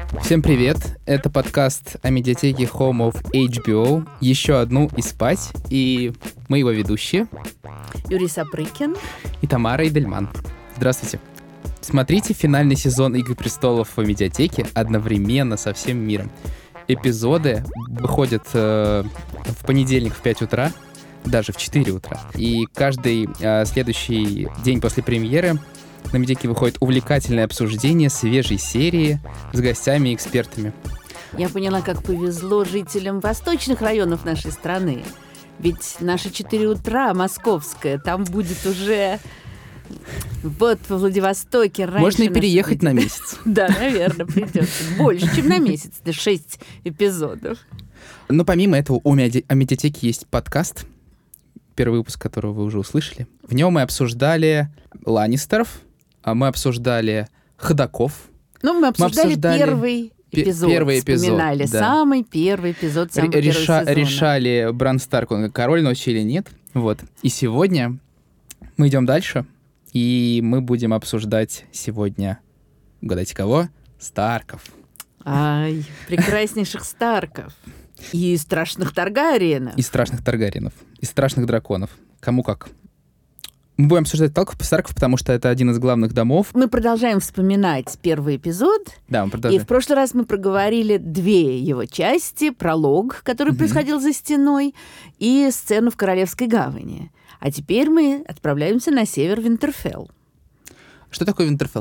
Всем привет! Это подкаст о медиатеке Home of HBO. Еще одну и спать. И мы его ведущие. Юрий Сапрыкин И Тамара Идельман. Здравствуйте. Смотрите финальный сезон «Игры престолов» в медиатеке одновременно со всем миром. Эпизоды выходят в понедельник в 5 утра, даже в 4 утра. И каждый следующий день после премьеры на медиатеке выходит увлекательное обсуждение свежей серии с гостями и экспертами. Я поняла, как повезло жителям восточных районов нашей страны. Ведь наши 4 утра, московское, там будет уже... Вот во Владивостоке раньше... Можно и переехать на месяц. Да, наверное, придется. Больше, чем на месяц. 6 эпизодов. Но помимо этого у медиатеки есть подкаст, первый выпуск которого вы уже услышали. В нем мы обсуждали Ланнистеров, мы обсуждали ходоков. Ну, мы обсуждали первый эпизод. Первый эпизод, вспоминали да. Самый первый эпизод, самый первый сезон. Решали, Бран Старк, он король ночи или нет. Вот. И сегодня мы идем дальше, и мы будем обсуждать сегодня, угадайте кого? Старков. Ай, прекраснейших Старков. И страшных Таргариенов. И страшных Таргариенов. И страшных драконов. Кому как. Мы будем обсуждать Старков, потому что это один из главных домов. Мы продолжаем вспоминать первый эпизод. Да, мы продолжаем. И в прошлый раз мы проговорили 2 его части. Пролог, который происходил за стеной, и сцену в Королевской гавани. А теперь мы отправляемся на север Винтерфелл. Что такое Винтерфелл?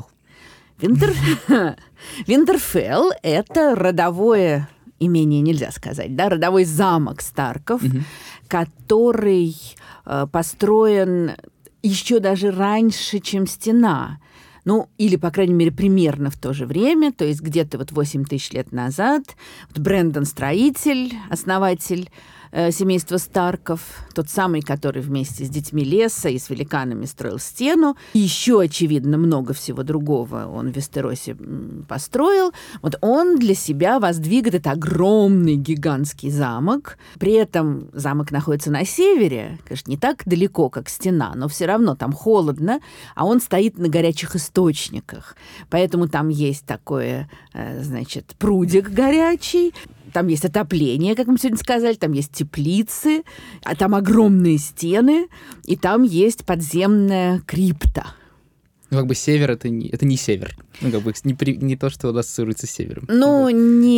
Винтерфелл — это родовое имение, нельзя сказать, да, родовой замок Старков, который построен еще даже раньше, чем стена. Ну, или, по крайней мере, примерно в то же время, то есть где-то вот 8 тысяч лет назад. Вот Брэндон Строитель, основатель семейства Старков, тот самый, который вместе с детьми леса и с великанами строил стену. И еще, очевидно, много всего другого он в Вестеросе построил. Вот он для себя воздвиг этот огромный гигантский замок. При этом замок находится на севере, конечно, не так далеко, как стена, но все равно там холодно, а он стоит на горячих источниках. Поэтому там есть такое, значит, прудик горячий. Там есть отопление, как мы сегодня сказали, там есть теплицы, а там огромные стены, и там есть подземная крипта. Ну, как бы север — это не север. Ну, как бы не то, что у нас ассоциируется с севером. Ну,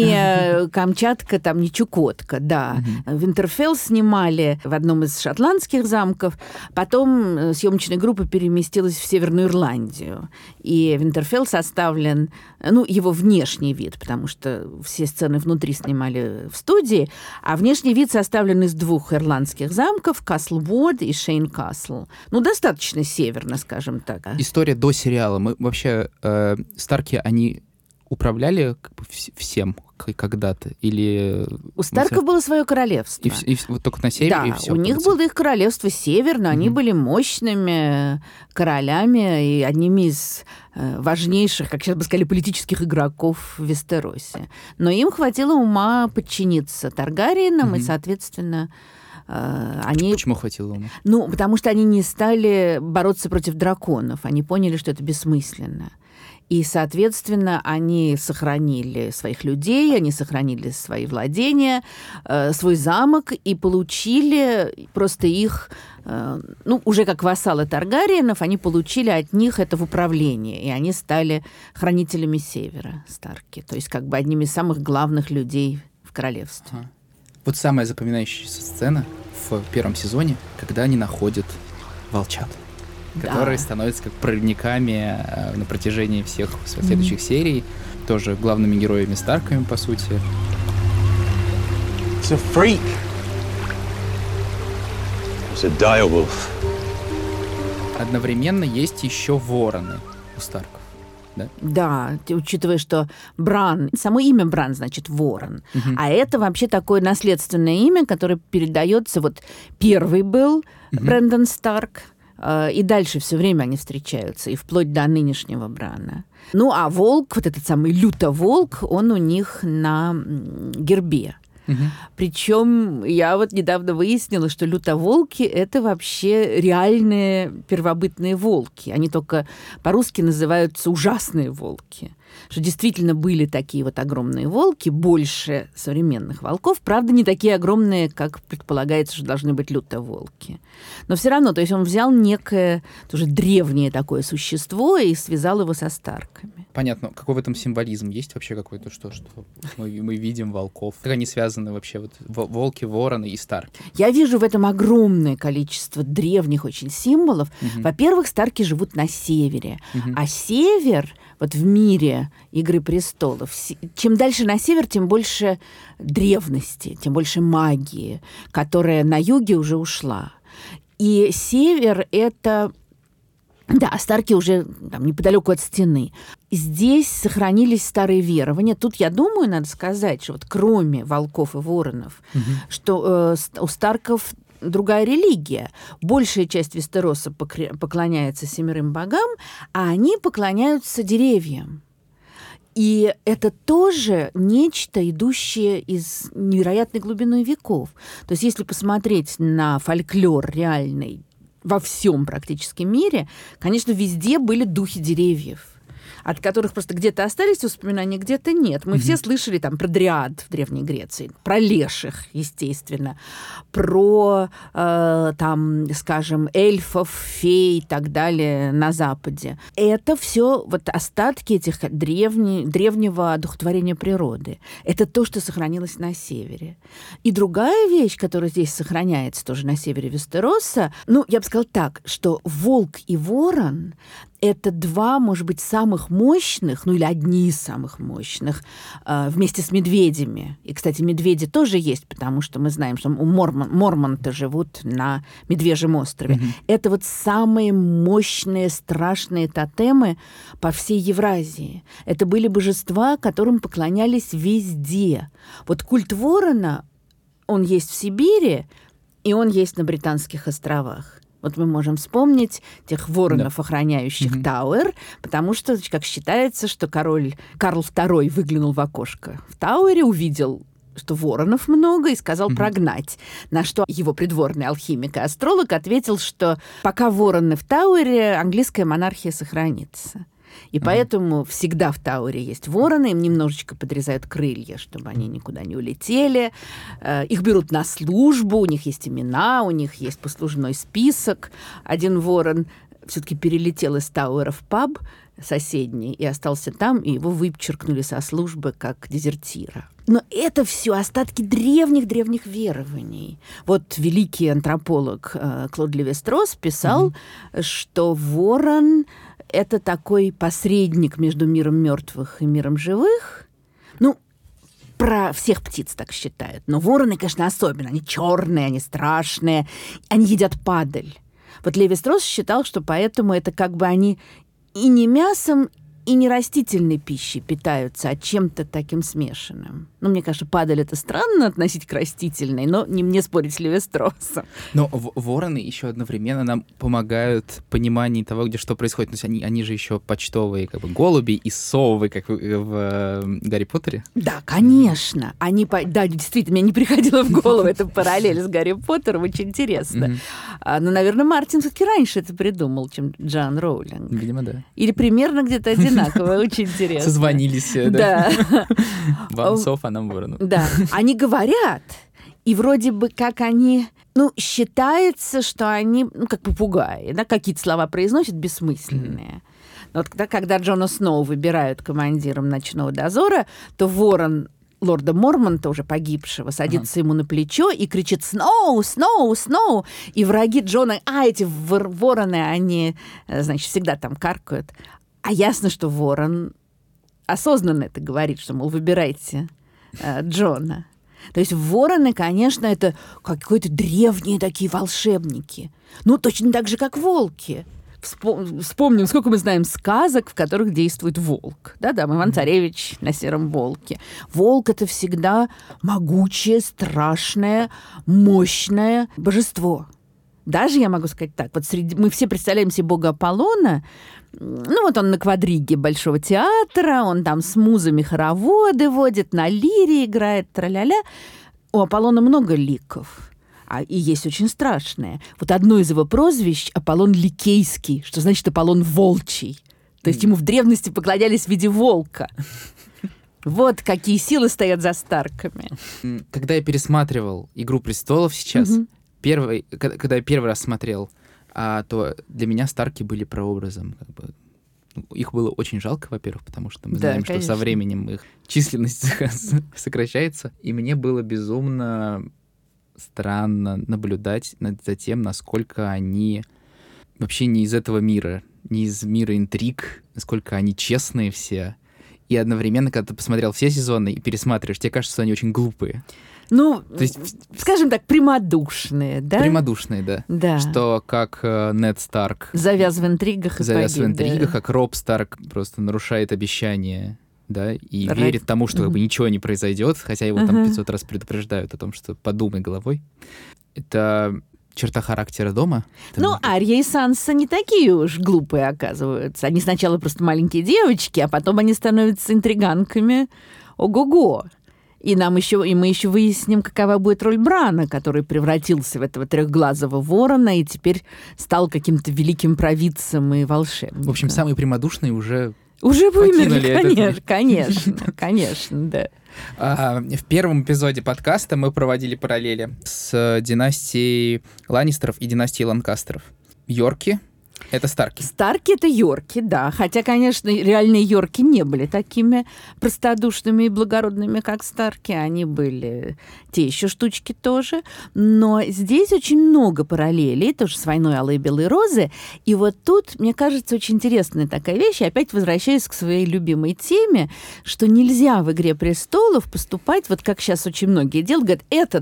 не Камчатка, там не Чукотка, да. Винтерфелл снимали в одном из шотландских замков, потом съемочная группа переместилась в Северную Ирландию. И Винтерфелл составлен, ну, его внешний вид, потому что все сцены внутри снимали в студии, а внешний вид составлен из 2 ирландских замков, Каслвуд и Шейн-Касл. Ну, достаточно северно, скажем так. История до сериала. Мы вообще... Старки, они управляли как бы всем когда-то? Или... У Старков было свое королевство. И вот только на севере, да, и все. у них было их королевство север, но они были мощными королями и одними из важнейших, как сейчас бы сказали, политических игроков в Вестеросе. Но им хватило ума подчиниться Таргариенам, и, соответственно... Они... Почему хватило ума? Ну, потому что они не стали бороться против драконов. Они поняли, что это бессмысленно. И, соответственно, они сохранили своих людей, они сохранили свои владения, свой замок и получили просто их, ну, уже как вассалы Таргариенов, они получили от них это в управление, и они стали хранителями Севера, Старки, то есть как бы одними из самых главных людей в королевстве. Вот самая запоминающаяся сцена в первом сезоне, когда они находят волчат, которые становятся как проводниками на протяжении всех следующих серий, тоже главными героями Старками, по сути. It's a freak. It's a direwolf. Одновременно есть еще вороны у Старков. Да? Да, учитывая, что Бран, само имя Бран значит ворон, а это вообще такое наследственное имя, которое передается, вот первый был Брэндон Старк, и дальше все время они встречаются, и вплоть до нынешнего Брана. Ну, а волк, вот этот самый лютоволк, он у них на гербе. Причем я вот недавно выяснила, что лютоволки — это вообще реальные первобытные волки. Они только по-русски называются ужасные волки. Что действительно были такие вот огромные волки, больше современных волков. Правда, не такие огромные, как предполагается, что должны быть лютоволки. Но все равно, то есть он взял некое тоже древнее такое существо и связал его со Старками. Понятно. Какой в этом символизм? Есть вообще какой-то, что мы видим волков? Как они связаны вообще? Вот волки, вороны и Старки. Я вижу в этом огромное количество древних очень символов. Во-первых, Старки живут на севере. А север, вот в мире «Игры престолов», чем дальше на север, тем больше древности, тем больше магии, которая на юге уже ушла. И север — это... Да, Старки уже там, неподалеку от стены. Здесь сохранились старые верования. Тут, я думаю, надо сказать, что вот кроме волков и воронов, что у Старков другая религия. Большая часть Вестероса поклоняется 7 богам, а они поклоняются деревьям. И это тоже нечто, идущее из невероятной глубины веков. То есть если посмотреть на фольклор реальный во всем практически мире, конечно, везде были духи деревьев, от которых просто где-то остались воспоминания, где-то нет. Мы все слышали там про дриад в Древней Греции, про леших, естественно, про, там, скажем, эльфов, фей и так далее на Западе. Это все вот остатки этих древнего одухотворения природы. Это то, что сохранилось на севере. И другая вещь, которая здесь сохраняется тоже на севере Вестероса, ну, я бы сказала так, что волк и ворон — это два, может быть, самых мощных, ну или одни из самых мощных, вместе с медведями. И, кстати, медведи тоже есть, потому что мы знаем, что мормонты живут на Медвежьем острове. Это вот самые мощные, страшные тотемы по всей Евразии. Это были божества, которым поклонялись везде. Вот культ ворона, он есть в Сибири, и он есть на Британских островах. Вот мы можем вспомнить тех воронов, охраняющих Тауэр, потому что, как считается, что король Карл II выглянул в окошко в Тауэре, увидел, что воронов много, и сказал прогнать. На что его придворный алхимик и астролог ответил, что пока вороны в Тауэре, английская монархия сохранится. И поэтому всегда в Тауэре есть вороны, им немножечко подрезают крылья, чтобы они никуда не улетели. Их берут на службу, у них есть имена, у них есть послужной список. Один ворон все-таки перелетел из Тауэра в паб соседний и остался там, и его вычеркнули со службы как дезертира. Но это все остатки древних-древних верований. Вот великий антрополог Клод Левестрос писал, что ворон — это такой посредник между миром мертвых и миром живых. Ну, про всех птиц так считают. Но вороны, конечно, особенно. Они черные, они страшные. Они едят падаль. Вот Леви-Стросс считал, что поэтому это как бы они и не мясом, и не растительной пищей питаются, а чем-то таким смешанным. Ну, мне кажется, падаль — это странно относить к растительной, но не мне спорить с Леви-Строссом. Но вороны еще одновременно нам помогают в понимании того, где что происходит. То есть они же еще почтовые как бы голуби и совы, как в Гарри Поттере. Да, конечно. Да, действительно, мне не приходило в голову эта параллель с Гарри Поттером. Очень интересно. Но, наверное, Мартин все-таки раньше это придумал, чем Джоан Роулинг. Видимо, да. Или примерно где-то одинаково. Очень интересно. Созвонились, да. Вам сов, а нам воронов. Да. Они говорят, и вроде бы как они... Ну, считается, что они, как попугаи, да, какие-то слова произносят бессмысленные. Вот когда Джона Сноу выбирают командиром ночного дозора, то ворон лорда Мормонта, уже погибшего, садится ему на плечо и кричит «Сноу! Сноу! Сноу!» И враги Джона... эти вороны, они, значит, всегда там каркают. А ясно, что ворон осознанно это говорит, что, мол, выбирайте Джона. То есть вороны, конечно, это какие-то древние такие волшебники. Ну, точно так же, как волки. Вспомним, сколько мы знаем сказок, в которых действует волк. Да-да, Иван-Царевич на сером волке. Волк — это всегда могучее, страшное, мощное божество. Даже, я могу сказать так, вот мы все представляем себе бога Аполлона. Ну, вот он на квадриге Большого театра, он там с музами хороводы водит, на лире играет, тра-ля-ля. У Аполлона много ликов, и есть очень страшные. Вот одно из его прозвищ — Аполлон Ликейский, что значит Аполлон Волчий. То есть ему в древности поклонялись в виде волка. Вот какие силы стоят за Старками. Когда я пересматривал «Игру престолов» сейчас, когда я первый раз смотрел, то для меня Старки были прообразом. Их было очень жалко, во-первых, потому что мы знаем, что со временем их численность сокращается. И мне было безумно странно наблюдать за тем, насколько они вообще не из этого мира, не из мира интриг, насколько они честные все. И одновременно, когда ты посмотрел все сезоны и пересматриваешь, тебе кажется, что они очень глупые. Ну, то есть, скажем так, прямодушные, да? Прямодушные, да. Да. Что как Нед Старк... Завяз в интригах и погиб, как Роб Старк просто нарушает обещания, да, и верит тому, что как бы ничего не произойдет, хотя его там 500 раз предупреждают о том, что подумай головой. Это черта характера дома. Ну, Арья и Санса не такие уж глупые, оказываются. Они сначала просто маленькие девочки, а потом они становятся интриганками. Ого-го! И мы еще выясним, какова будет роль Брана, который превратился в этого трехглазого ворона и теперь стал каким-то великим провидцем и волшебником. В общем, самые прямодушные уже вымерли, конечно, да. В первом эпизоде подкаста мы проводили параллели с династией Ланнистеров и династией Ланкастеров. Йорки — это Старки. Старки — это Йорки, да. Хотя, конечно, реальные Йорки не были такими простодушными и благородными, как Старки. Они были те еще штучки тоже. Но здесь очень много параллелей, тоже с «Войной алой и белой розы». И вот тут, мне кажется, очень интересная такая вещь. Я опять возвращаюсь к своей любимой теме, что нельзя в «Игре престолов» поступать, вот как сейчас очень многие делают, говорят,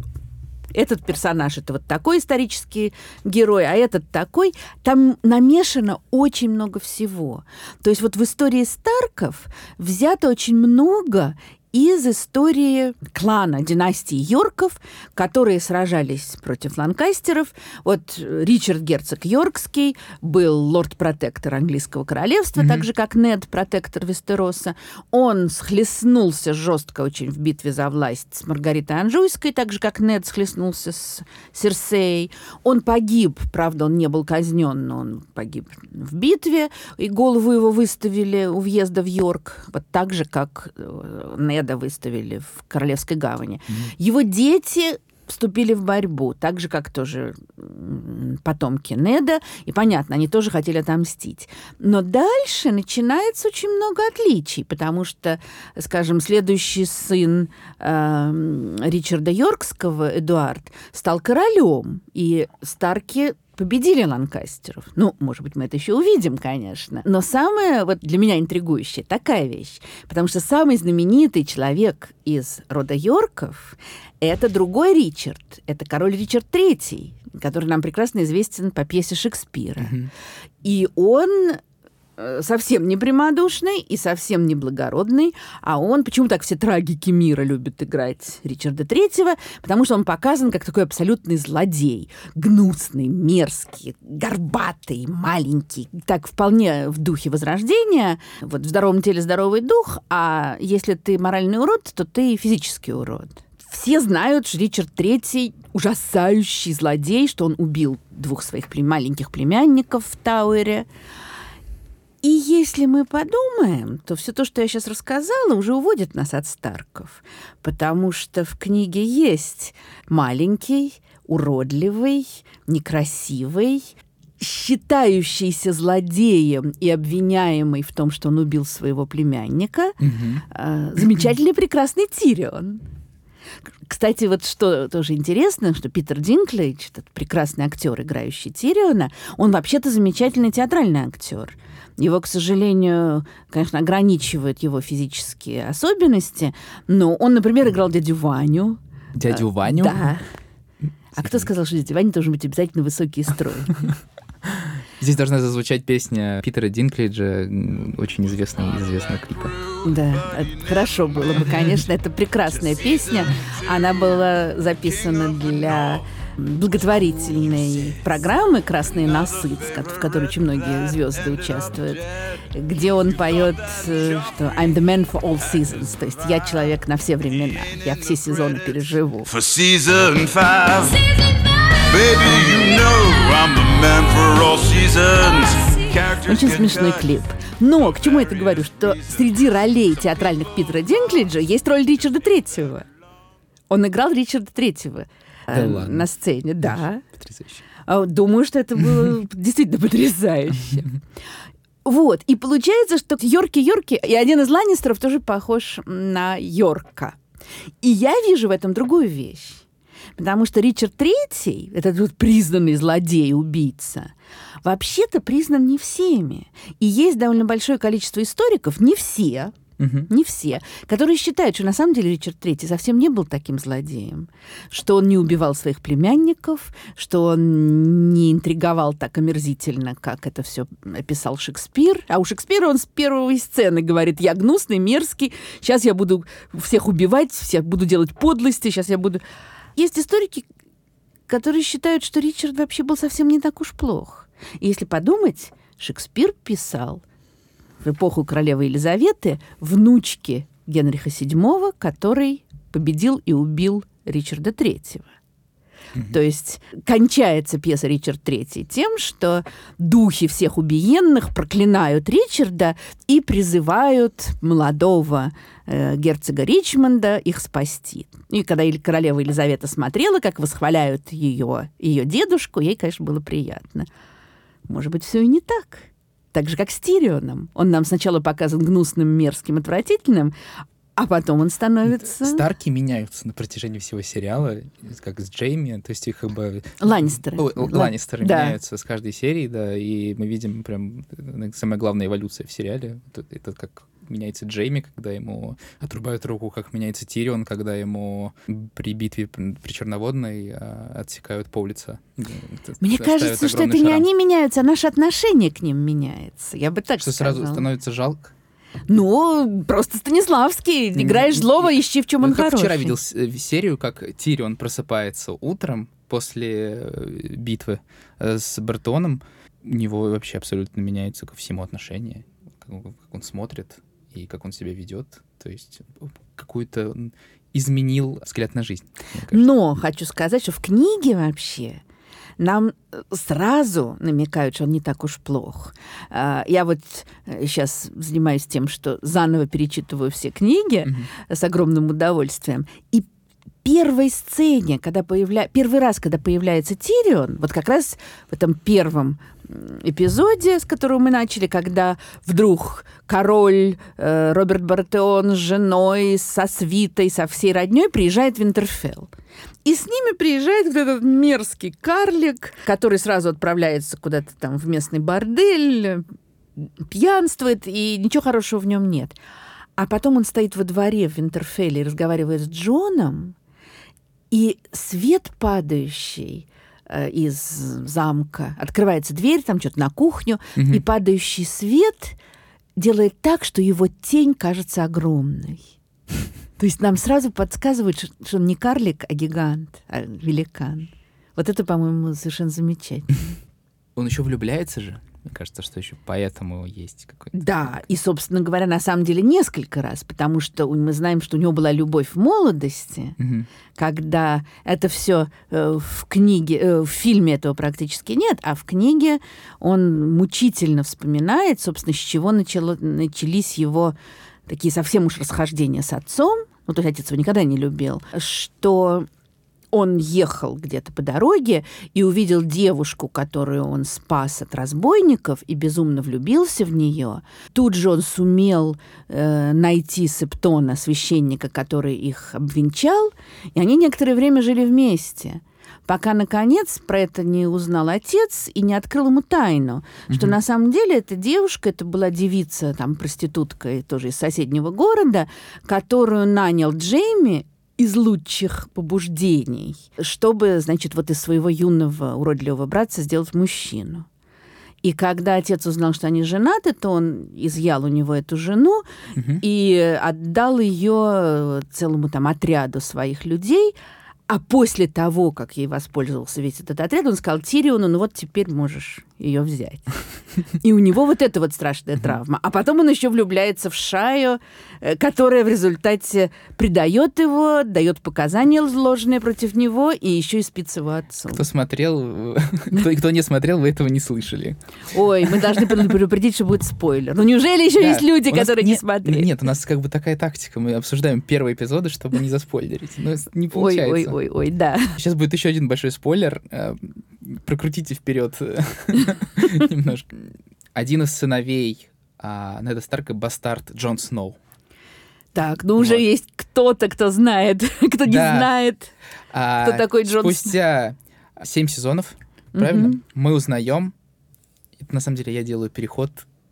этот персонаж — это вот такой исторический герой, а этот такой. Там намешано очень много всего. То есть вот в истории Старков взято очень много из истории клана династии Йорков, которые сражались против Ланкастеров. Вот Ричард герцог Йоркский был лорд-протектор английского королевства, так же, как Нед, протектор Вестероса. Он схлестнулся жестко очень в битве за власть с Маргаритой Анжуйской, так же, как Нед схлестнулся с Серсеей. Он погиб, правда, он не был казнен, но он погиб в битве, и голову его выставили у въезда в Йорк, вот так же, как Неда выставили в Королевской гавани. Его дети вступили в борьбу, так же, как тоже потомки Неда, и понятно, они тоже хотели отомстить. Но дальше начинается очень много отличий, потому что, скажем, следующий сын Ричарда Йоркского, Эдуард, стал королем, и Старки победили Ланкастеров. Ну, может быть, мы это еще увидим, конечно. Но самое вот для меня интригующее такая вещь, потому что самый знаменитый человек из рода Йорков — это другой Ричард. Это король Ричард III, который нам прекрасно известен по пьесе Шекспира. И он совсем не прямодушный и совсем не благородный, а он, почему так все трагики мира любят играть Ричарда III, потому что он показан как такой абсолютный злодей, гнусный, мерзкий, горбатый, маленький, так вполне в духе Возрождения, вот в здоровом теле здоровый дух, а если ты моральный урод, то ты физический урод. Все знают, что Ричард III ужасающий злодей, что он убил 2 своих маленьких племянников в Тауэре. И если мы подумаем, то все то, что я сейчас рассказала, уже уводит нас от Старков, потому что в книге есть маленький, уродливый, некрасивый, считающийся злодеем и обвиняемый в том, что он убил своего племянника, замечательный прекрасный Тирион. Кстати, вот что тоже интересно, что Питер Динклейдж, этот прекрасный актер, играющий Тириона, он вообще-то замечательный театральный актер. Его, к сожалению, конечно, ограничивают его физические особенности, но он, например, играл дядю Ваню. Дядю Ваню? Да. А кто сказал, что дядя Ваня должен быть обязательно высокий и стройный? Здесь должна зазвучать песня Питера Динклейджа, очень известного клипа. Да, хорошо было бы, конечно. Это прекрасная песня. Она была записана для благотворительной программы «Красные носы», в которой очень многие звезды участвуют, где он поет, что «I'm the man for all seasons», то есть «Я человек на все времена, я все сезоны переживу». For season 5, baby, you know I'm the man for all seasons. Очень смешной клип. Но к чему я это говорю? Что среди ролей театральных Питера Динклэджа есть роль Ричарда Третьего. Он играл Ричарда Третьего на сцене, да. Потрясающе. Думаю, что это было действительно потрясающе. Вот, и получается, что Йорки, и один из Ланнистеров тоже похож на Йорка. И я вижу в этом другую вещь. Потому что Ричард Третий, этот вот признанный злодей, убийца, вообще-то признан не всеми. И есть довольно большое количество историков, не все, которые считают, что на самом деле Ричард Третий совсем не был таким злодеем, что он не убивал своих племянников, что он не интриговал так омерзительно, как это все описал Шекспир. А у Шекспира он с первой сцены говорит: я гнусный, мерзкий, сейчас я буду всех убивать, всех буду делать подлости, сейчас я буду... Есть историки, которые считают, что Ричард вообще был совсем не так уж плох. И если подумать, Шекспир писал в эпоху королевы Елизаветы внучке Генриха VII, который победил и убил Ричарда III. То есть кончается пьеса «Ричард III» тем, что духи всех убиенных проклинают Ричарда и призывают молодого герцога Ричмонда их спасти. И когда королева Елизавета смотрела, как восхваляют ее дедушку, ей, конечно, было приятно. Может быть, все и не так. Так же, как с Тирионом. Он нам сначала показан гнусным, мерзким, отвратительным, а потом он становится... Старки меняются на протяжении всего сериала, как с Джейми, то есть их как бы... Ланнистеры. Ланнистеры меняются с каждой серии, да, и мы видим прям самая главная эволюция в сериале. Это как меняется Джейми, когда ему отрубают руку, как меняется Тирион, когда ему при битве при Черноводной отсекают пол лица. Мне кажется, что это не они меняются, а наше отношение к ним меняется. Я бы так сказала. Что сразу становится жалко? Ну, просто Станиславский. Играешь злого, ищи, в чем он хороший. Я вчера видел серию, как Тирион просыпается утром после битвы с Бертоном. У него вообще абсолютно меняется ко всему отношение. Как он смотрит и как он себя ведет. То есть какой-то изменил взгляд на жизнь. Но хочу сказать, что в книге вообще нам сразу намекают, что он не так уж плох. Я вот сейчас занимаюсь тем, что заново перечитываю все книги с огромным удовольствием. И первой сцене, первый раз, когда появляется Тирион, вот как раз в этом первом эпизоде, с которого мы начали, когда вдруг король Роберт Бартеон с женой, со свитой, со всей роднёй приезжает в Винтерфелл. И с ними приезжает вот этот мерзкий карлик, который сразу отправляется куда-то там в местный бордель, пьянствует, и ничего хорошего в нем нет. А потом он стоит во дворе в Винтерфелле и разговаривает с Джоном, и свет падающий из замка, открывается дверь, там что-то на кухню, и падающий свет делает так, что его тень кажется огромной. То есть нам сразу подсказывают, что он не карлик, а гигант, а великан. Вот это, по-моему, совершенно замечательно. Он еще влюбляется же. Мне кажется, что еще поэтому есть какой-то... Да, и, собственно говоря, на самом деле несколько раз, потому что мы знаем, что у него была любовь в молодости, когда это все в книге, в фильме этого практически нет, а в книге он мучительно вспоминает, собственно, с чего начались его такие совсем уж расхождения с отцом, ну, то есть отец его никогда не любил, что он ехал где-то по дороге и увидел девушку, которую он спас от разбойников, и безумно влюбился в нее. Тут же он сумел найти Септона, священника, который их обвенчал, и они некоторое время жили вместе, пока, наконец, про это не узнал отец и не открыл ему тайну, что на самом деле эта девушка, это была девица, там, проститутка тоже из соседнего города, которую нанял Джейми из лучших побуждений, чтобы, значит, вот из своего юного уродливого братца сделать мужчину. И когда отец узнал, что они женаты, то он изъял у него эту жену и отдал ее целому там отряду своих людей. А после того, как ей воспользовался весь этот отряд, он сказал Тириону: ну вот теперь можешь ее взять. И у него вот эта вот страшная травма. А потом он еще влюбляется в Шаю, которая в результате предает его, дает показания ложные против него и еще и спит с его отцом. Кто смотрел, кто не смотрел, вы этого не слышали. Ой, мы должны предупредить, что будет спойлер. Ну неужели еще есть люди, которые не смотрели? Нет, у нас как бы такая тактика. Мы обсуждаем первые эпизоды, чтобы не заспойлерить. Но не получается. Ой, да. Сейчас будет еще один большой спойлер. Прокрутите вперед немножко. Один из сыновей Неда Старка — бастард Джон Сноу. Так, ну уже есть кто-то, кто знает, кто не знает, кто такой Джон Сноу. Спустя 7 сезонов, правильно, мы узнаем, на самом деле я делаю переход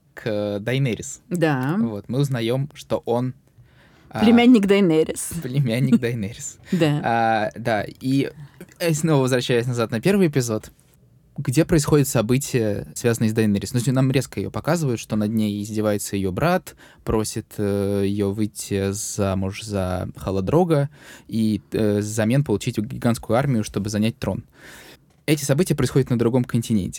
к Дайнерис. Да. Вот, мы узнаем, что он... Племянник Дайнерис. Племянник Дайнерис. Да. Да, и снова возвращаясь назад на первый эпизод, где происходят события, связанные с Дайнерис. Ну, нам резко ее показывают, что над ней издевается ее брат, просит ее выйти замуж за Халадрога и взамен получить гигантскую армию, чтобы занять трон. Эти события происходят на другом континенте.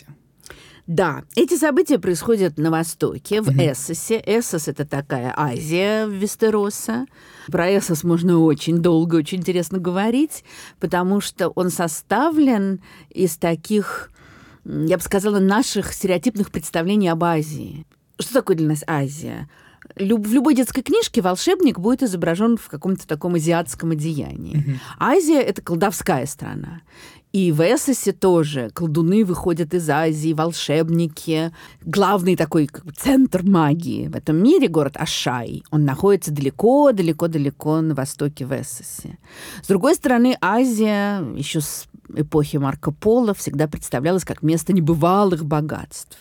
Да, эти события происходят на Востоке, в Эссосе. Эссос — это такая Азия Вестероса. Про Эссос можно очень долго, очень интересно говорить, потому что он составлен из таких, я бы сказала, наших стереотипных представлений об Азии. Что такое для нас Азия? В любой детской книжке волшебник будет изображен в каком-то таком азиатском одеянии. Азия — это колдовская страна. И в Эссосе тоже колдуны выходят из Азии, волшебники. Главный такой центр магии в этом мире — город Ашай. Он находится далеко-далеко-далеко на востоке в Эссосе. С другой стороны, Азия еще с эпохи Марко Поло всегда представлялась как место небывалых богатств.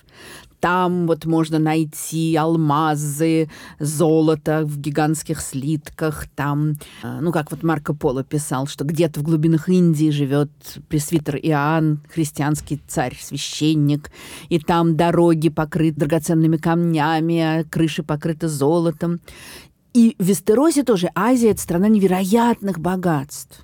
Там вот можно найти алмазы, золото в гигантских слитках. Там, ну, как вот Марко Поло писал, что где-то в глубинах Индии живет пресвитер Иоанн, христианский царь-священник, и там дороги покрыты драгоценными камнями, а крыши покрыты золотом. И в Вестеросе тоже Азия — это страна невероятных богатств.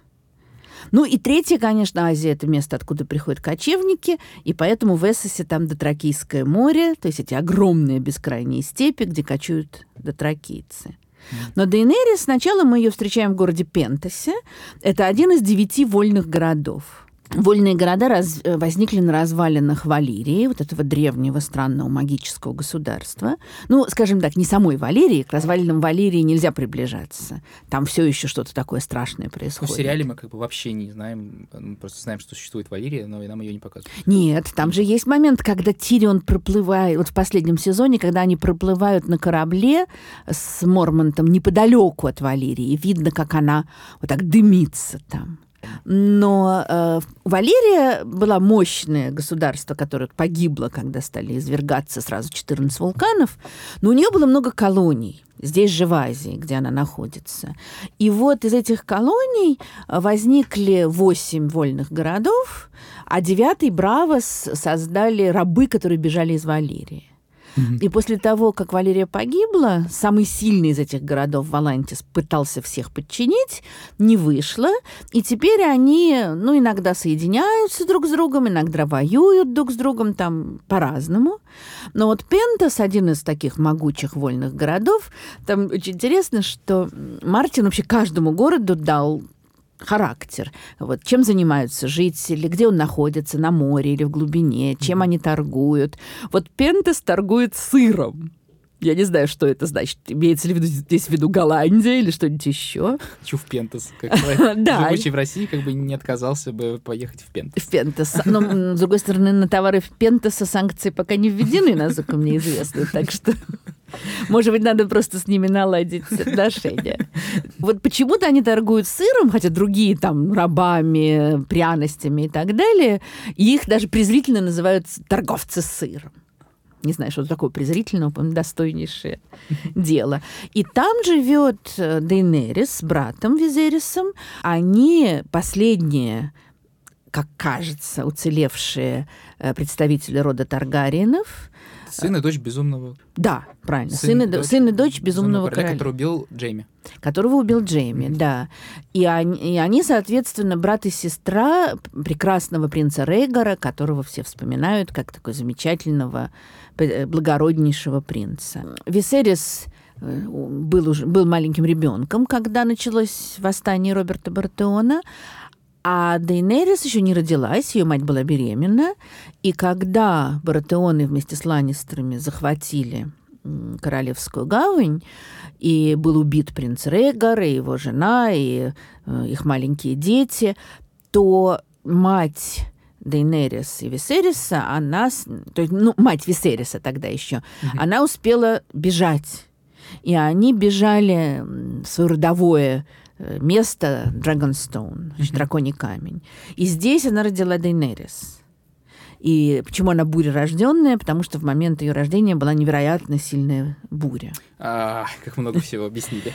Ну и третье, конечно, Азия — это место, откуда приходят кочевники, и поэтому в Эссосе там Дотракийское море, то есть эти огромные бескрайние степи, где кочуют дотракийцы. Но Дейенерис, сначала мы ее встречаем в городе Пентасе. Это один из 9 вольных городов. Вольные города возникли на развалинах Валирии, вот этого древнего странного магического государства. Ну, скажем так, не самой Валирии, к развалинам Валирии нельзя приближаться. Там все еще что-то такое страшное происходит. В сериале мы как бы вообще не знаем, мы просто знаем, что существует Валирия, но и нам ее не показывают. Нет, там же есть момент, когда Тирион проплывает, вот в последнем сезоне, когда они проплывают на корабле с Мормонтом неподалеку от Валирии, и видно, как она вот так дымится там. Но Валирия была мощное государство, которое погибло, когда стали извергаться сразу 14 вулканов, но у нее было много колоний. Здесь же в Азии, где она находится. И вот из этих колоний возникли 8 вольных городов, а 9-й Бравос создали рабы, которые бежали из Валирии. И после того, как Валирия погибла, самый сильный из этих городов, Валантис, пытался всех подчинить, не вышло. И теперь они, ну, иногда соединяются друг с другом, иногда воюют друг с другом, там по-разному. Но вот Пентас, один из таких могучих вольных городов, там очень интересно, что Мартин вообще каждому городу дал характер. Вот, чем занимаются жители, где он находится, на море или в глубине, чем они торгуют. Вот Пентас торгует сыром. Я не знаю, что это значит. Имеется ли здесь в виду Голландия или что-нибудь еще? Хочу в Пентас. Живущий в России как бы не отказался бы поехать в Пентас. В Пентас. Но, с другой стороны, на товары Пентаса санкции пока не введены, насколько мне известно. Так что... Может быть, надо просто с ними наладить отношения. Вот почему-то они торгуют сыром, хотя другие там рабами, пряностями и так далее. И их даже презрительно называют торговцы сыром. Не знаю, что такое презрительное, по-моему, достойнейшее дело. И там живет Дейенерис с братом Визерисом. Они последние, как кажется, уцелевшие представители рода Таргариенов. Сын и дочь безумного... Да, правильно. Сын и дочь безумного короля. Который убил Джейми. Которого убил Джейми, да. И они, соответственно, брат и сестра прекрасного принца Рейгара, которого все вспоминают как такой замечательного, благороднейшего принца. Висерис был маленьким ребенком, когда началось восстание Роберта Бартеона, а Дейенерис еще не родилась, ее мать была беременна, и когда Баратеоны вместе с Ланнистерами захватили Королевскую гавань, и был убит принц Рейгар, и его жена, и их маленькие дети, то мать Дейенерис и Висериса, мать Висериса тогда еще, она успела бежать. И они бежали в свое родовое место Dragonstone, драконий камень. И здесь она родила Дейенерис. И почему она бурерожденная? Потому что в момент ее рождения была невероятно сильная буря. Как много всего объяснили.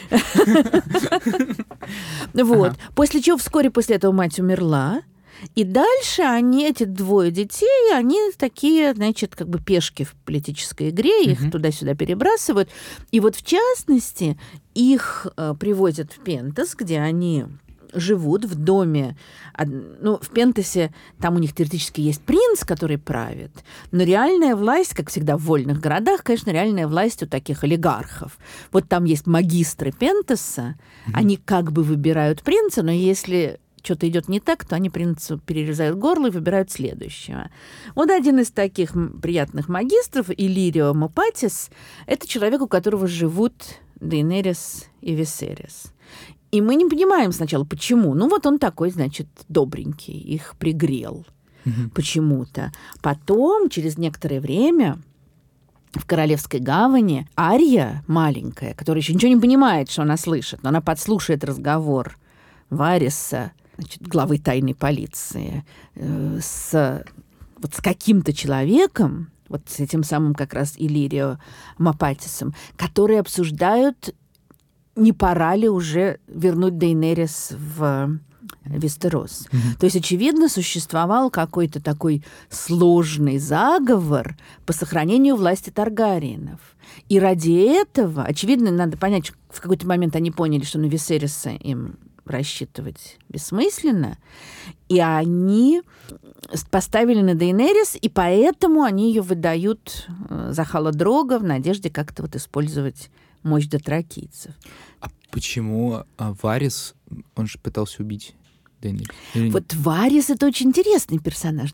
Вот. После чего вскоре после этого мать умерла. И дальше эти двое детей, они такие, значит, как бы пешки в политической игре, их туда-сюда перебрасывают. И вот, в частности, их привозят в Пентас, где они живут в доме. В Пентасе там у них теоретически есть принц, который правит, но реальная власть, как всегда в вольных городах, конечно, реальная власть у таких олигархов. Вот там есть магистры Пентаса, они как бы выбирают принца, но если что-то идет не так, то они принцу перерезают горло и выбирают следующего. Вот один из таких приятных магистров, Иллирио Мопатис, это человек, у которого живут Дейенерис и Висерис. И мы не понимаем сначала, почему. Вот он такой, значит, добренький, их пригрел почему-то. Потом, через некоторое время, в Королевской гавани Арья маленькая, которая еще ничего не понимает, что она слышит, но она подслушает разговор Вариса, значит, главы тайной полиции, с каким-то человеком, вот с этим самым как раз Иллирио Мопатисом, которые обсуждают, не пора ли уже вернуть Дейенерис в Вестерос. То есть, очевидно, существовал какой-то такой сложный заговор по сохранению власти Таргариенов. И ради этого, очевидно, надо понять, в какой-то момент они поняли, что на Висериса им рассчитывать бессмысленно, и они поставили на Дейенерис, и поэтому они ее выдают за Хала Дрога в надежде как-то использовать мощь дотракийцев. А почему Варис, он же пытался убить Дейенерис? Вот Варис — это очень интересный персонаж.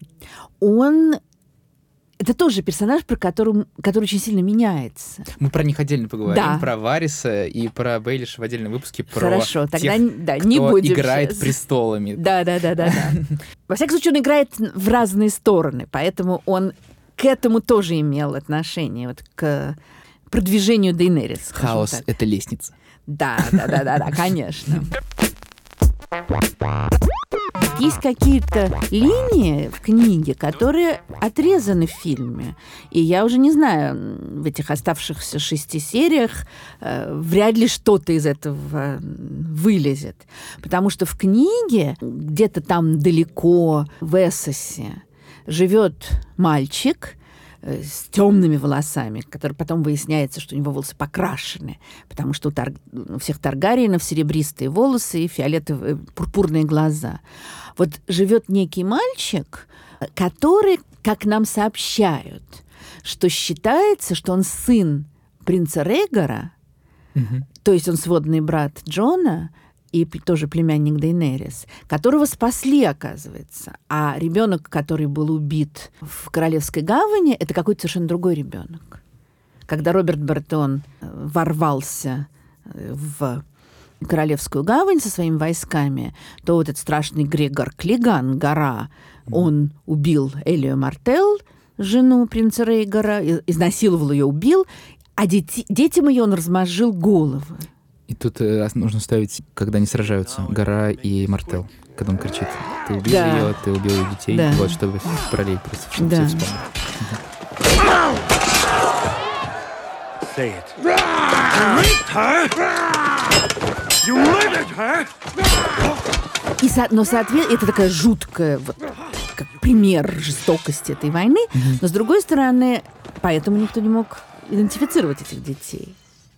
Это тоже персонаж, который очень сильно меняется. Мы про них отдельно поговорим. Да. Про Вариса и про Бейлиша в отдельном выпуске. Хорошо, про тогда тех, не кто будем играет сейчас престолами. Да. Во всяком случае, он играет в разные стороны, поэтому он к этому тоже имел отношение, к продвижению Дейенерис. Хаос — это лестница. Да, конечно. Есть какие-то линии в книге, которые отрезаны в фильме. И я уже не знаю, в этих оставшихся 6 сериях вряд ли что-то из этого вылезет. Потому что в книге, где-то там далеко в Эссосе, живет мальчик с темными волосами, который потом выясняется, что у него волосы покрашены, потому что у всех Таргариенов серебристые волосы и фиолетовые, пурпурные глаза. Вот живет некий мальчик, который, как нам сообщают, что считается, что он сын принца Рейгара, то есть он сводный брат Джона, и тоже племянник Дейенерис, которого спасли, оказывается. А ребенок, который был убит в Королевской гавани, это какой-то совершенно другой ребенок. Когда Роберт Бартеон ворвался в Королевскую гавань со своими войсками, то вот этот страшный Грегор Клиган, гора, он убил Элию Мартел, жену принца Рейгара, изнасиловал ее, убил, а детям ее он размозжил головы. И тут нужно ставить, когда они сражаются, Гора и Мартел. Когда он кричит: ты убил ее, ты убил ее детей. Да. Вот, чтобы параллель просто, чтобы все вспомнили. Say it. You raped her? You murdered her? Но, соответственно, это такая жуткая, как пример жестокости этой войны. Но, с другой стороны, Поэтому никто не мог идентифицировать этих детей.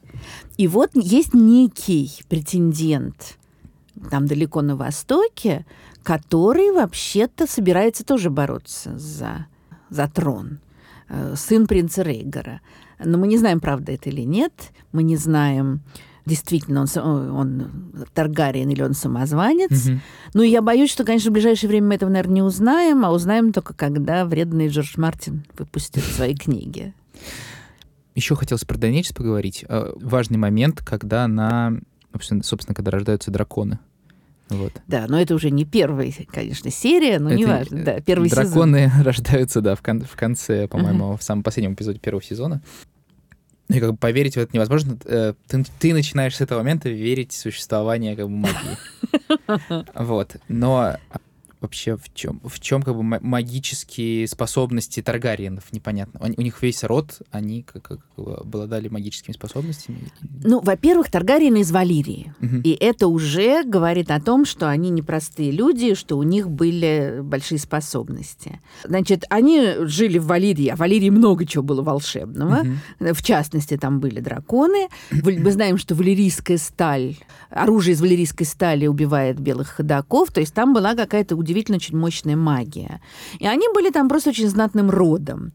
И вот есть некий претендент там далеко на востоке, который вообще-то собирается тоже бороться за трон. Сын принца Рейгара. Но мы не знаем, правда это или нет. Мы не знаем, действительно он Таргариен или он самозванец. Ну, и я боюсь, что, конечно, в ближайшее время мы этого, наверное, не узнаем, а узнаем только, когда вредный Джордж Мартин выпустит свои книги. Еще хотелось про Дейенерис поговорить. Важный момент, когда собственно, когда рождаются драконы. Вот. Да, но это уже не первая, конечно, серия, но неважно. Да, первый сезон. Драконы рождаются, да, в конце, по-моему, в самом последнем эпизоде первого сезона. И как бы поверить в это невозможно. Ты начинаешь с этого момента верить в существование как бы магии. Вот. Но вообще в чем как бы магические способности Таргариенов, непонятно. У них весь род, они как обладали магическими способностями. Ну, во-первых, Таргариены из Валирии. И это уже говорит о том, что они непростые люди, что у них были большие способности. Значит, они жили в Валирии, а в Валирии много чего было волшебного. В частности, там были драконы. Мы знаем, что валирийская сталь, оружие из валирийской стали убивает белых ходоков, то есть там была какая-то удивительная, очень мощная магия. И они были там просто очень знатным родом.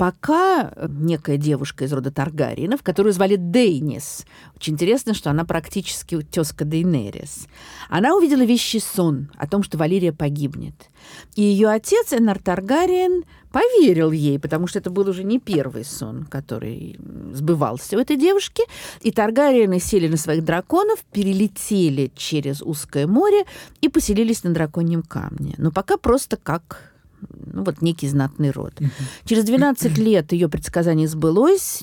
Пока некая девушка из рода Таргариенов, которую звали Дейнис, очень интересно, что она практически тезка Дейенерис, она увидела вещий сон о том, что Валирия погибнет. И ее отец, Эннар Таргариен, поверил ей, потому что это был уже не первый сон, который сбывался у этой девушки. И Таргариены сели на своих драконов, перелетели через узкое море и поселились на драконьем камне. Но пока просто как некий знатный род. Через 12 лет ее предсказание сбылось,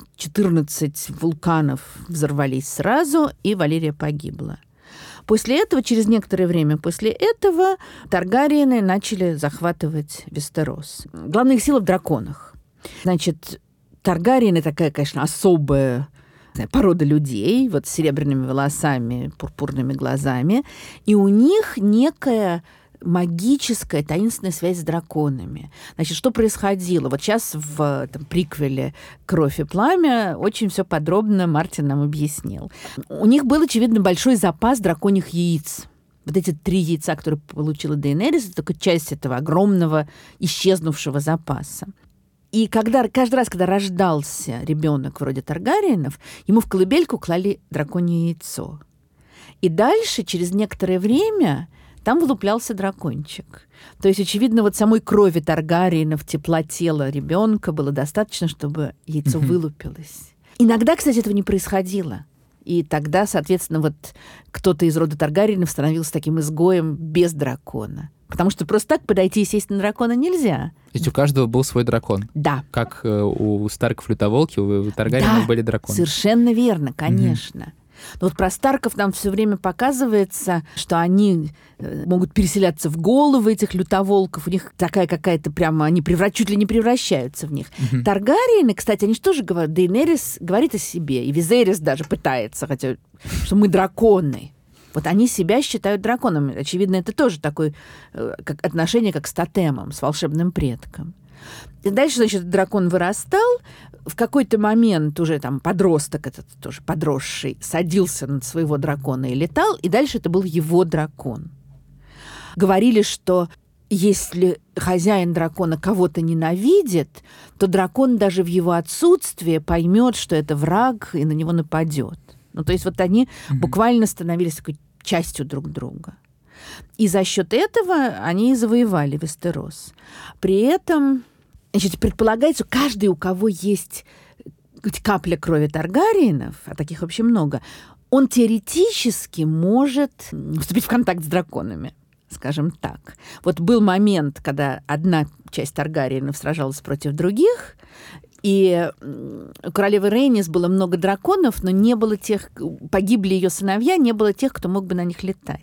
14 вулканов взорвались сразу, и Валирия погибла. После этого, через некоторое время после этого, Таргариены начали захватывать Вестерос. Главная их сила в драконах. Значит, Таргариены такая, конечно, особая порода людей, вот с серебряными волосами, пурпурными глазами, и у них некая магическая таинственная связь с драконами. Значит, что происходило? Вот сейчас в приквеле «Кровь и пламя» очень все подробно Мартин нам объяснил. У них был, очевидно, большой запас драконьих яиц. Вот эти 3 яйца, которые получила Дейенерис, это только часть этого огромного исчезнувшего запаса. И каждый раз, когда рождался ребенок вроде Таргариенов, ему в колыбельку клали драконье яйцо. И дальше, через некоторое время, там вылуплялся дракончик. То есть, очевидно, вот самой крови Таргариенов, тепла тела ребенка было достаточно, чтобы яйцо вылупилось. Иногда, кстати, этого не происходило. И тогда, соответственно, вот кто-то из рода Таргариенов становился таким изгоем без дракона. Потому что просто так подойти и сесть на дракона нельзя. То есть у каждого был свой дракон? Да. Как у Старков-Лютоволки, у Таргариенов были драконы? Совершенно верно, конечно. Но вот про Старков нам все время показывается, что они могут переселяться в головы этих лютоволков. У них такая какая-то прямо... Они чуть ли не превращаются в них. Таргариены, кстати, они же тоже говорят... Дейенерис говорит о себе, и Визерис даже пытается, хотя... Что мы драконы. Вот они себя считают драконами. Очевидно, это тоже такое отношение, как с тотемом, с волшебным предком. И дальше, значит, дракон вырастал. В какой-то момент уже там подросток, этот тоже подросший, садился над своего дракона и летал, и дальше это был его дракон. Говорили, что если хозяин дракона кого-то ненавидит, то дракон даже в его отсутствие поймет, что это враг, и на него нападет. Ну, то есть вот они буквально становились такой частью друг друга. И за счет этого они и завоевали Вестерос. При этом, значит, предполагается, что каждый, у кого есть капля крови Таргариенов, а таких вообще много, он теоретически может вступить в контакт с драконами, скажем так. Вот был момент, когда одна часть Таргариенов сражалась против других, и у королевы Рейнис было много драконов, но не было тех, погибли ее сыновья, не было тех, кто мог бы на них летать.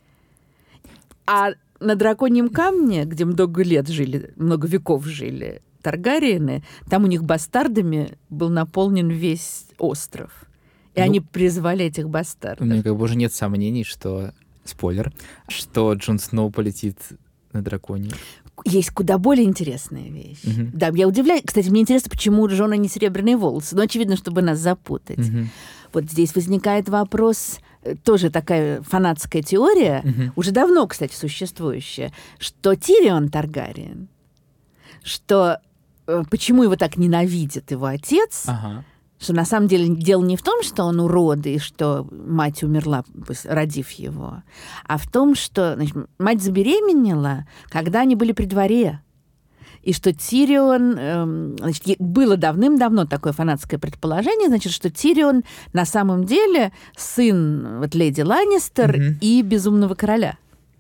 А на драконьем камне, где много лет жили, много веков жили Таргариены, там у них бастардами был наполнен весь остров. И они призвали этих бастардов. У меня как бы уже нет сомнений, что... Спойлер, что Джон Сноу полетит на драконе. есть куда более интересная вещь. Да, я удивляюсь. Кстати, мне интересно, почему у Джона не серебряные волосы. Ну, очевидно, чтобы нас запутать. Вот здесь возникает вопрос, тоже такая фанатская теория, уже давно, кстати, существующая, что Тирион Таргариен, что почему его так ненавидит его отец, что на самом деле дело не в том, что он урод и что мать умерла, родив его, а в том, что, значит, мать забеременела, когда они были при дворе. И что Тирион... значит, было давным-давно такое фанатское предположение, значит, что Тирион на самом деле сын вот леди Ланнистер и Безумного короля.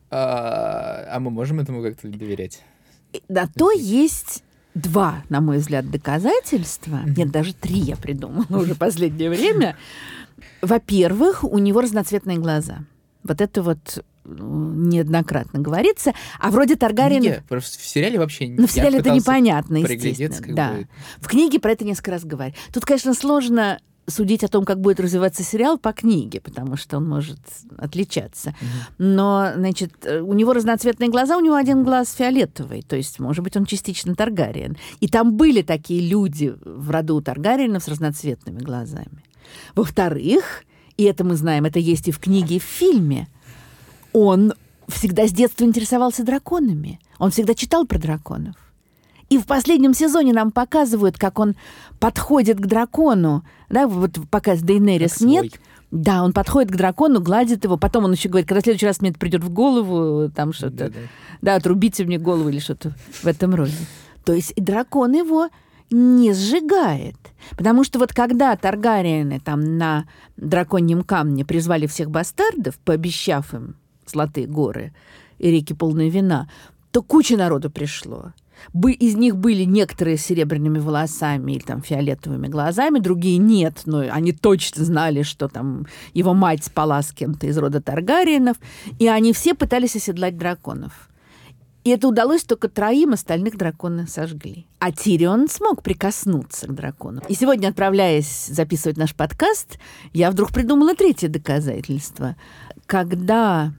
А мы можем этому как-то доверять? На то есть 2, на мой взгляд, доказательства. Нет, даже 3 я придумала уже в последнее время. Во-первых, у него разноцветные глаза. Вот это вот неоднократно говорится. А вроде Таргариен... Нет, в сериале вообще... Ну, в сериале это непонятно, естественно. Да. В книге про это несколько раз говорят. Тут, конечно, сложно судить о том, как будет развиваться сериал по книге, потому что он может отличаться. Но, значит, у него разноцветные глаза, у него один глаз фиолетовый, то есть, может быть, он частично Таргариен. И там были такие люди в роду Таргариенов с разноцветными глазами. Во-вторых, и это мы знаем, это есть и в книге, и в фильме, он всегда с детства интересовался драконами. Он всегда читал про драконов. И в последнем сезоне нам показывают, как он подходит к дракону. Да, вот пока Дейенерис нет. Да, он подходит к дракону, гладит его. Потом он еще говорит, когда в следующий раз мне это придет в голову, там что-то. Да, отрубите мне голову или что-то в этом роде. То есть и дракон его не сжигает. Потому что вот когда Таргариены там на драконьем камне призвали всех бастардов, пообещав им золотые горы и реки полные вина, то куча народу пришло. Из них были некоторые с серебряными волосами или там фиолетовыми глазами, другие нет, но они точно знали, что там его мать спала с кем-то из рода Таргариенов, и они все пытались оседлать драконов. И это удалось только 3, остальных драконы сожгли. А Тирион смог прикоснуться к дракону. И сегодня, отправляясь записывать наш подкаст, я вдруг придумала 3 доказательство. Когда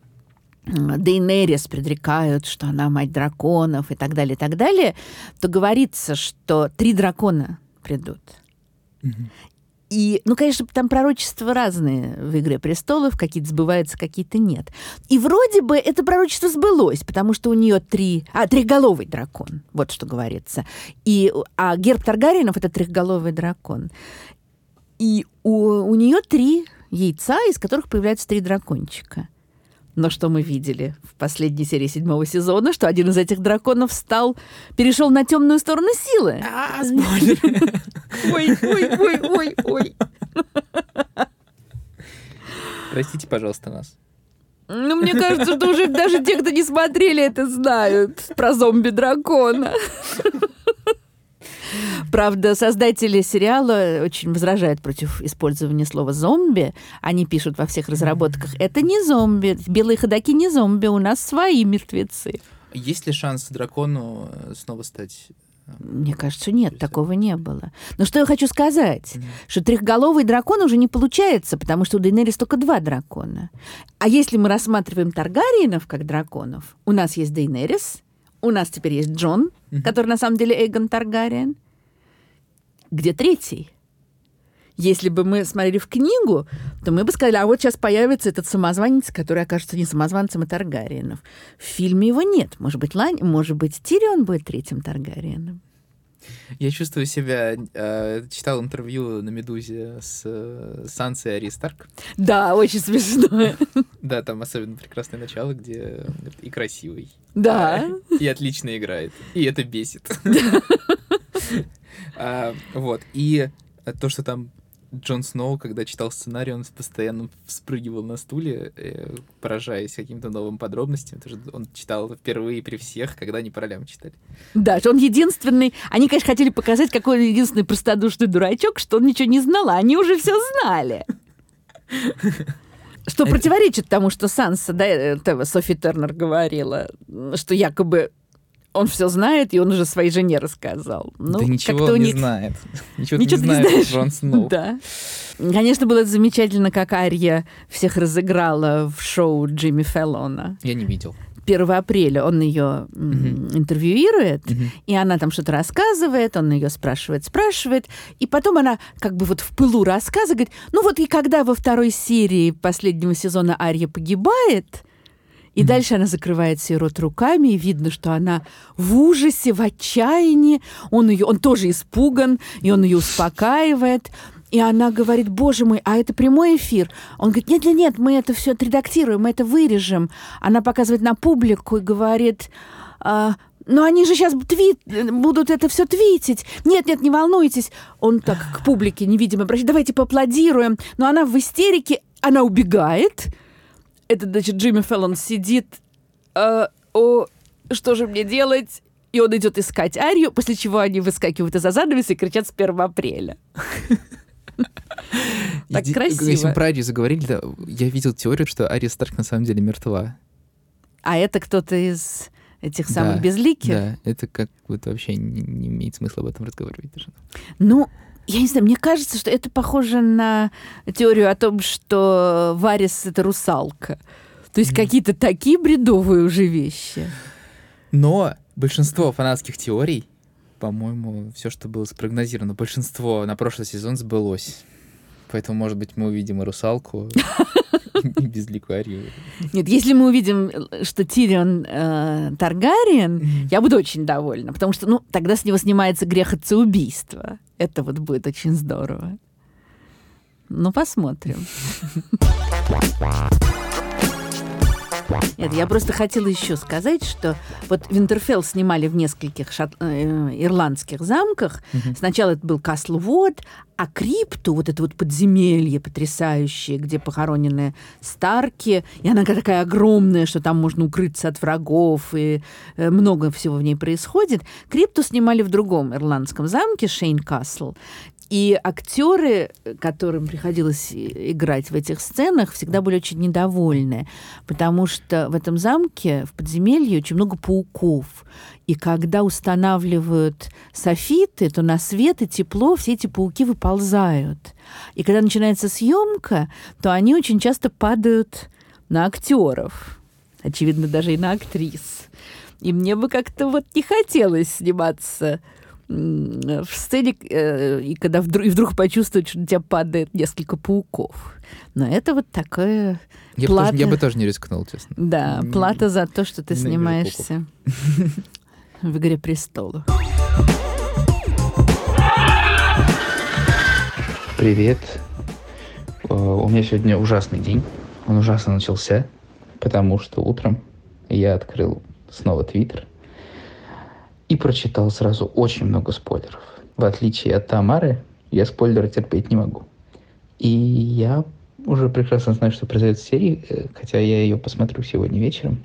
Дейенерис предрекают, что она мать драконов и так далее, то говорится, что 3 дракона придут. И, ну, конечно, там пророчества разные в «Игре престолов», какие-то сбываются, какие-то нет. И вроде бы это пророчество сбылось, потому что у нее трехголовый дракон, вот что говорится. А герб Таргариенов — это трехголовый дракон. И у нее 3 яйца, из которых появляются 3 дракончика. Но что мы видели в последней серии 7-го сезона, что один из этих драконов перешел на темную сторону силы. Спойлер. Ой. Простите, пожалуйста, нас. Ну, мне кажется, что уже даже те, кто не смотрели, это знают про зомби-дракона. Правда, создатели сериала очень возражают против использования слова «зомби». Они пишут во всех разработках: это не зомби, белые ходаки не зомби, у нас свои мертвецы. Есть ли шанс дракону снова стать... Мне кажется, нет, такого не было. Но что я хочу сказать, что трехголовый дракон уже не получается, потому что у Дейенерис только 2 дракона. А если мы рассматриваем Таргариенов как драконов, у нас есть Дейенерис, у нас теперь есть Джон, который на самом деле Эйгон Таргариен. Где 3? Если бы мы смотрели в книгу, то мы бы сказали, а вот сейчас появится этот самозванец, который окажется не самозванцем, а Таргариенов. В фильме его нет. Может быть, Тирион будет 3-м Таргариеном. Я чувствую себя... читал интервью на «Медузе» с Сансой Арии Старк. Да, очень смешно. Да, там особенно прекрасное начало, где и красивый. Да. И отлично играет. И это бесит. Вот. И то, что там Джон Сноу, когда читал сценарий, он постоянно вспрыгивал на стуле, поражаясь каким-то новым подробностям. Он читал впервые при всех, когда они по ролям читали. Да, что он единственный... Они, конечно, хотели показать, какой он единственный простодушный дурачок, что он ничего не знал, а они уже все знали. Что противоречит тому, что Санса, да, Софи Тернер говорила, что якобы он все знает, и он уже своей жене рассказал. Да ничего он не знает. Ничего не знает Джон Сноу. Да. Конечно, было замечательно, как Ария всех разыграла в шоу Джимми Фэллона. Я не видел. 1 апреля он ее интервьюирует, и она там что-то рассказывает, он ее спрашивает, и потом она как бы вот в пылу рассказа говорит, ну вот и когда во 2 серии последнего сезона Арья погибает, и дальше она закрывает себе рот руками, и видно, что она в ужасе, в отчаянии, он тоже испуган, и он ее успокаивает. И она говорит, боже мой, а это прямой эфир? Он говорит, нет, мы это все отредактируем, мы это вырежем. Она показывает на публику и говорит, но они же сейчас будут это все твитить. Нет, не волнуйтесь. Он так к публике невидимо обращается, давайте поаплодируем. Но она в истерике, она убегает. Это, значит, Джимми Фэллон сидит, что же мне делать? И он идет искать Арью, после чего они выскакивают из-за занавеса и кричат с 1 апреля. Так красиво. Если мы про Арию заговорили, да, я видел теорию, что Ария Старк на самом деле мертва. А это кто-то из этих самых безликих? Да, это как вот вообще не имеет смысла об этом разговаривать даже. Ну, я не знаю, мне кажется, что это похоже на теорию о том, что Варис — это русалка. То есть какие-то такие бредовые уже вещи. Но большинство фанатских теорий, по-моему, все, что было спрогнозировано, большинство на прошлый сезон сбылось. Поэтому, может быть, мы увидим и русалку, и безликую Арию. Нет, если мы увидим, что Тирион Таргариен, я буду очень довольна, потому что, тогда с него снимается грех отцеубийства. Это вот будет очень здорово. Посмотрим. Нет, я просто хотела еще сказать, что вот Винтерфелл снимали в нескольких ирландских замках. Сначала это был Каслвуд, а Крипту, вот это вот подземелье потрясающее, где похоронены Старки, и она такая огромная, что там можно укрыться от врагов, и много всего в ней происходит. Крипту снимали в другом ирландском замке, Шейн Касл. И актеры, которым приходилось играть в этих сценах, всегда были очень недовольны, потому что в этом замке, в подземелье, очень много пауков. И когда устанавливают софиты, то на свет и тепло все эти пауки выползают. И когда начинается съемка, то они очень часто падают на актеров. Очевидно, даже и на актрис. И мне бы как-то вот не хотелось сниматься в сцене, и когда вдруг почувствовать, что на тебя падает несколько пауков. Но это вот такое плата. Я бы тоже не рискнул, честно. Да, плата за то, что ты снимаешься в «Игре престолов». Привет. У меня сегодня ужасный день. Он ужасно начался, потому что утром я открыл снова Твиттер и прочитал сразу очень много спойлеров. В отличие от Тамары, я спойлеры терпеть не могу. И я уже прекрасно знаю, что произойдет в серии, хотя я ее посмотрю сегодня вечером.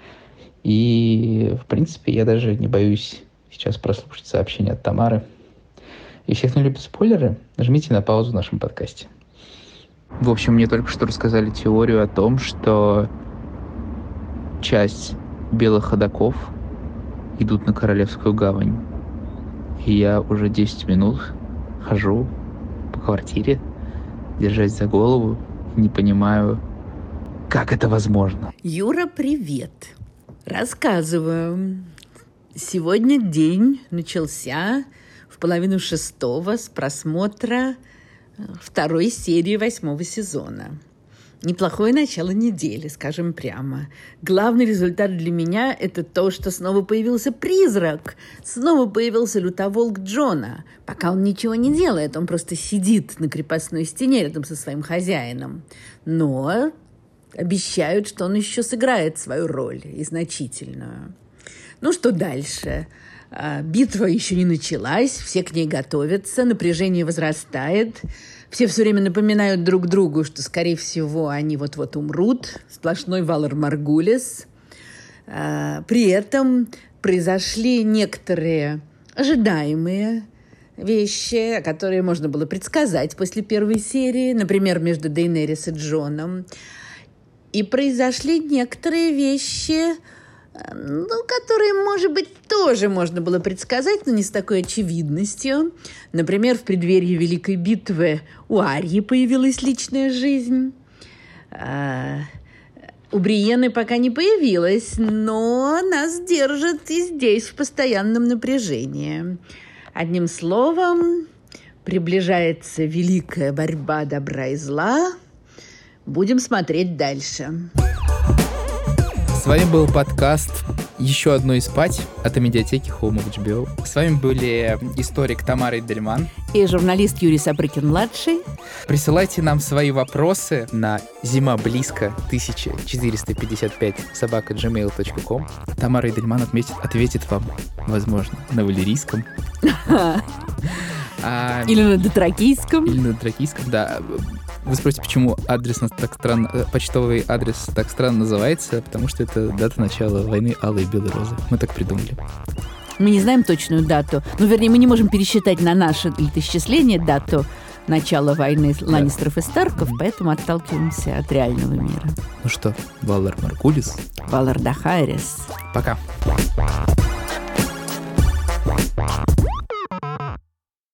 И, в принципе, я даже не боюсь сейчас прослушать сообщение от Тамары. Если кто любит спойлеры, нажмите на паузу в нашем подкасте. В общем, мне только что рассказали теорию о том, что часть белых ходоков идут на Королевскую гавань. И я уже 10 минут хожу по квартире, держась за голову, не понимаю, как это возможно. Юра, привет. Рассказываю. Сегодня день начался в 5:30 с просмотра 2 серии 8 сезона. Неплохое начало недели, скажем прямо. Главный результат для меня – это то, что снова появился призрак. Снова появился лютоволк Джона. Пока он ничего не делает, он просто сидит на крепостной стене рядом со своим хозяином. Но обещают, что он еще сыграет свою роль, и значительную. Ну, что дальше? Битва еще не началась, все к ней готовятся, напряжение возрастает. Все время напоминают друг другу, что, скорее всего, они вот-вот умрут. Сплошной Валар Маргулис. При этом произошли некоторые ожидаемые вещи, которые можно было предсказать после 1 серии, например, между Дейенерис и Джоном. И произошли некоторые вещи, которые, может быть, тоже можно было предсказать, но не с такой очевидностью. Например, в преддверии Великой битвы у Арьи появилась личная жизнь. У Бриенны пока не появилась, но нас держит и здесь в постоянном напряжении. Одним словом, приближается великая борьба добра и зла. Будем смотреть дальше. С вами был подкаст «Еще одно и спать» от медиатеки Home of HBO. С вами были историк Тамара Идельман И журналист Юрий Сапрыкин-младший. Присылайте нам свои вопросы на zimablisko1455@gmail.com. Тамара Идельман ответит вам, возможно, на валерийском. Или на дотракийском. Или на дотракийском, да. Вы спросите, почему адрес так странно, почтовый адрес так странно называется? Потому что это дата начала войны Алой и Белой Розы. Мы так придумали. Мы не знаем точную дату. Ну, вернее, мы не можем пересчитать на наше летоисчисление дату начала войны Ланнистеров и Старков, поэтому отталкиваемся от реального мира. Ну что, Валар Маркулис. Валар Дахайрис. Пока.